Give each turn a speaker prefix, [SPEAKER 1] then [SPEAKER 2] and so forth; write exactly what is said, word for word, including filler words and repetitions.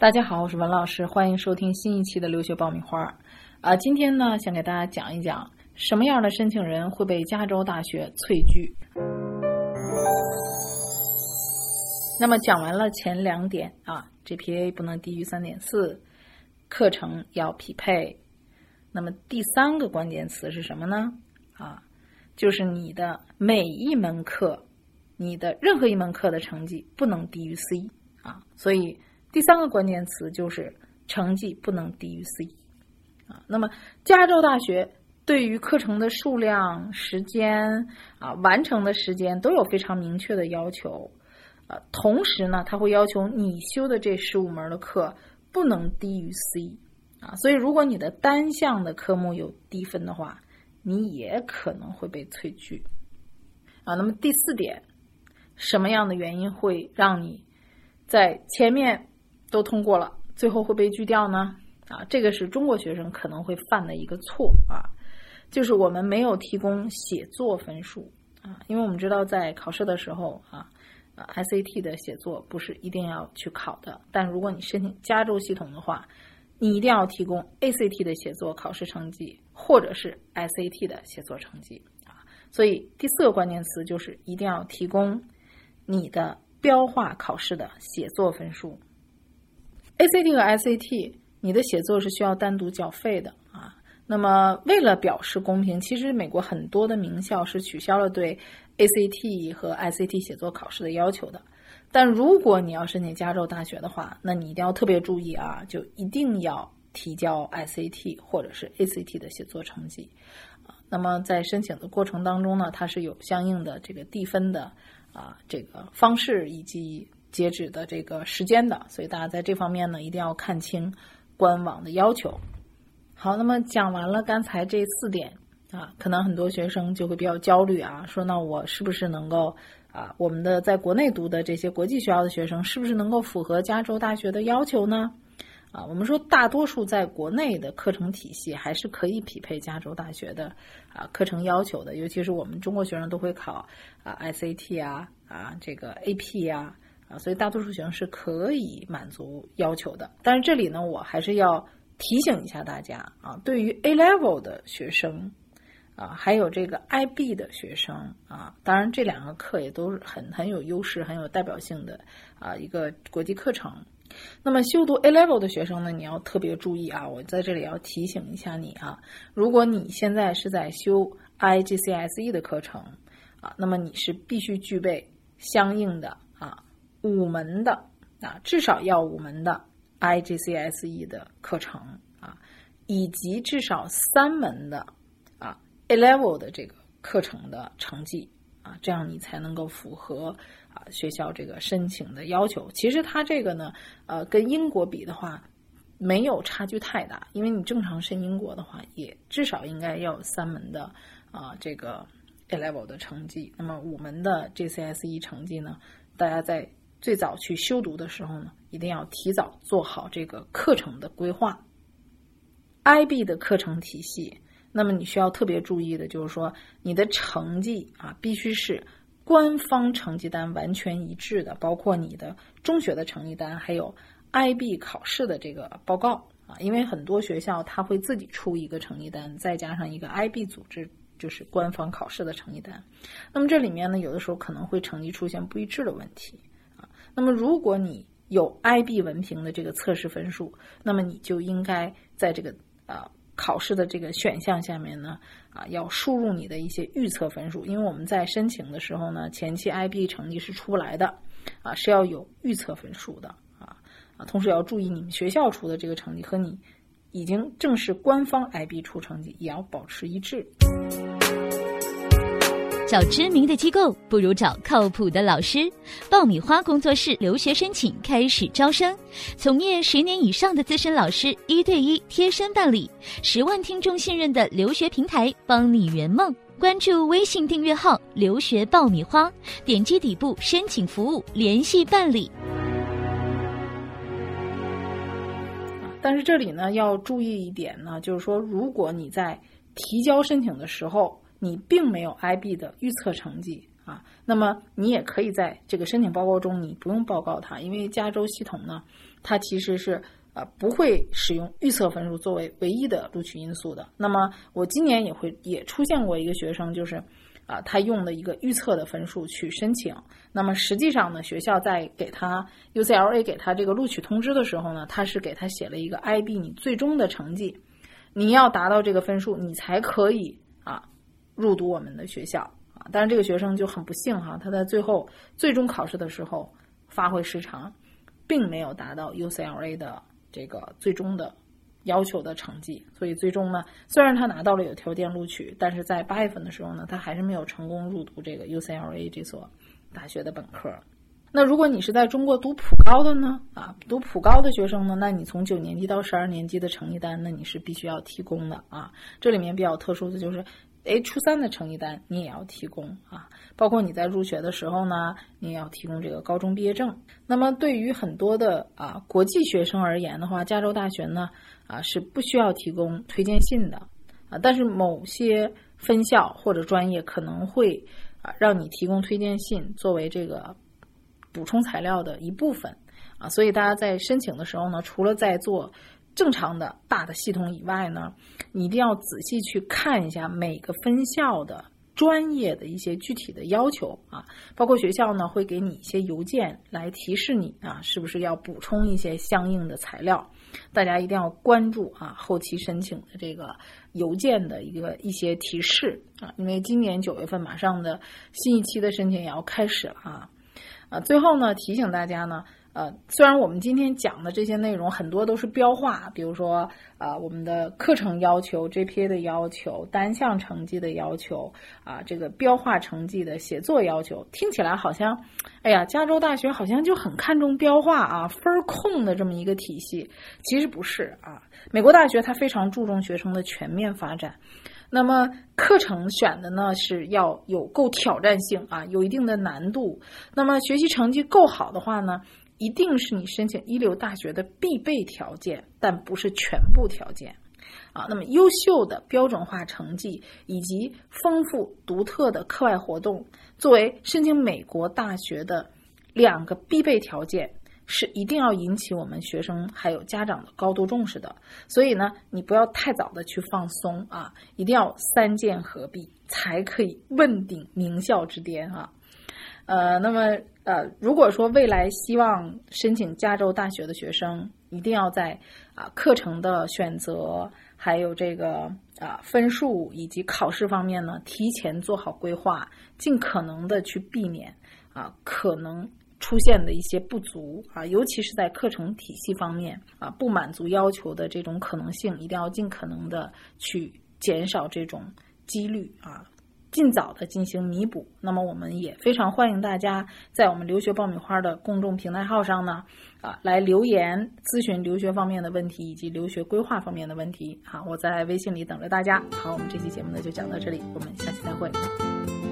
[SPEAKER 1] 大家好，我是文老师，欢迎收听新一期的留学爆米花。啊，今天呢，想给大家讲一讲什么样的申请人会被加州大学萃拒。那么讲完了前两点啊 ，G P A 不能低于 三点四， 课程要匹配。那么第三个关键词是什么呢？啊，就是你的每一门课，你的任何一门课的成绩不能低于 C 啊，所以第三个关键词就是成绩不能低于 C 啊。那么加州大学对于课程的数量、时间啊、完成的时间都有非常明确的要求。呃，同时呢，它会要求你修的这十五门的课不能低于 C 啊。所以如果你的单项的科目有低分的话，你也可能会被萃拒啊。那么第四点，什么样的原因会让你在前面都通过了，最后会被拒掉呢？啊，这个是中国学生可能会犯的一个错啊，就是我们没有提供写作分数啊，因为我们知道在考试的时候啊，啊 S A T 的写作不是一定要去考的，但如果你申请加州系统的话，你一定要提供 A C T 的写作考试成绩，或者是 S A T 的写作成绩啊。所以第四个关键词就是一定要提供你的标化考试的写作分数。A C T 和 S A T 你的写作是需要单独缴费的啊。那么为了表示公平，其实美国很多的名校是取消了对 A C T 和 S A T 写作考试的要求的。但如果你要申请加州大学的话，那你一定要特别注意啊，就一定要提交 S A T 或者是 A C T 的写作成绩啊。那么在申请的过程当中呢，它是有相应的这个递分的啊这个方式以及截止的这个时间的，所以大家在这方面呢一定要看清官网的要求。好，那么讲完了刚才这四点啊，可能很多学生就会比较焦虑啊，说那我是不是能够啊，我们的在国内读的这些国际学校的学生是不是能够符合加州大学的要求呢？啊，我们说大多数在国内的课程体系还是可以匹配加州大学的啊课程要求的，尤其是我们中国学生都会考啊 S A T 啊啊这个 A P 啊啊，所以大多数学生是可以满足要求的。但是这里呢，我还是要提醒一下大家啊，对于 A level 的学生啊，还有这个 I B 的学生啊，当然这两个课也都是很很有优势、很有代表性的啊一个国际课程。那么修读 A level 的学生呢，你要特别注意啊，我在这里要提醒一下你啊，如果你现在是在修 I G C S E 的课程啊，那么你是必须具备相应的啊五门的啊至少要五门的 I G C S E 的课程啊，以及至少三门的啊 A level 的这个课程的成绩啊，这样你才能够符合啊学校这个申请的要求。其实它这个呢，呃，跟英国比的话，没有差距太大，因为你正常申英国的话，也至少应该要有三门的啊这个 A level 的成绩。那么五门的 G C S E 成绩呢，大家在最早去修读的时候呢，一定要提早做好这个课程的规划。I B 的课程体系，那么你需要特别注意的就是说，你的成绩啊必须是官方成绩单完全一致的，包括你的中学的成绩单，还有 I B 考试的这个报告啊，因为很多学校它会自己出一个成绩单，再加上一个 I B 组织就是官方考试的成绩单。那么这里面呢，有的时候可能会成绩出现不一致的问题啊。那么如果你有 I B 文凭的这个测试分数，那么你就应该在这个呃考试的这个选项下面呢，啊，要输入你的一些预测分数，因为我们在申请的时候呢，前期 I B 成绩是出不来的，啊，是要有预测分数的，啊啊，同时也要注意你们学校出的这个成绩和你已经正式官方 I B 出成绩也要保持一致。
[SPEAKER 2] 找知名的机构不如找靠谱的老师。爆米花工作室留学申请开始招生，从业十年以上的资深老师一对一贴身办理，十万听众信任的留学平台，帮你圆梦。关注微信订阅号留学爆米花，点击底部申请服务联系办理。
[SPEAKER 1] 但是这里呢要注意一点呢，就是说如果你在提交申请的时候你并没有 I B 的预测成绩啊，那么你也可以在这个申请报告中你不用报告它，因为加州系统呢它其实是呃不会使用预测分数作为唯一的录取因素的。那么我今年也会也出现过一个学生，就是啊、呃，他用的一个预测的分数去申请。那么实际上呢，学校在给他 U C L A 给他这个录取通知的时候呢，他是给他写了一个 I B 你最终的成绩，你要达到这个分数，你才可以啊入读我们的学校啊。但是这个学生就很不幸哈，他在最后最终考试的时候发挥失常，并没有达到 U C L A 的这个最终的要求的成绩，所以最终呢，虽然他拿到了有条件录取，但是在八月份的时候呢，他还是没有成功入读这个 U C L A 这所大学的本科。那如果你是在中国读普高的呢，啊，读普高的学生呢，那你从九年级到十二年级的成绩单，那你是必须要提供的啊。这里面比较特殊的就是，哎，初三的成绩单你也要提供啊，包括你在入学的时候呢，你也要提供这个高中毕业证。那么对于很多的啊国际学生而言的话，加州大学呢啊是不需要提供推荐信的啊，但是某些分校或者专业可能会啊让你提供推荐信作为这个补充材料的一部分啊，所以大家在申请的时候呢，除了在做正常的大的系统以外呢，你一定要仔细去看一下每个分校的专业的一些具体的要求啊，包括学校呢会给你一些邮件来提示你啊，是不是要补充一些相应的材料。大家一定要关注啊后期申请的这个邮件的一个一些提示啊，因为今年九月份马上的新一期的申请也要开始了啊。啊，最后呢，提醒大家呢，呃，虽然我们今天讲的这些内容很多都是标化，比如说啊、呃，我们的课程要求、G P A 的要求、单项成绩的要求啊，这个标化成绩的写作要求，听起来好像，哎呀，加州大学好像就很看重标化啊、分控的这么一个体系，其实不是啊。美国大学它非常注重学生的全面发展。那么课程选的呢是要有够挑战性啊，有一定的难度。那么学习成绩够好的话呢，一定是你申请一流大学的必备条件，但不是全部条件啊。那么优秀的标准化成绩以及丰富独特的课外活动，作为申请美国大学的两个必备条件，是一定要引起我们学生还有家长的高度重视的。所以呢，你不要太早的去放松啊，一定要三件合璧，才可以问鼎名校之巅啊。呃，那么呃，如果说未来希望申请加州大学的学生，一定要在啊课程的选择，还有这个啊分数以及考试方面呢，提前做好规划，尽可能的去避免啊可能出现的一些不足啊，尤其是在课程体系方面啊，不满足要求的这种可能性，一定要尽可能的去减少这种几率啊，尽早的进行弥补。那么我们也非常欢迎大家在我们留学爆米花的公众平台号上呢啊来留言咨询留学方面的问题以及留学规划方面的问题。好，我在微信里等着大家。好，我们这期节目呢就讲到这里，我们下期再会。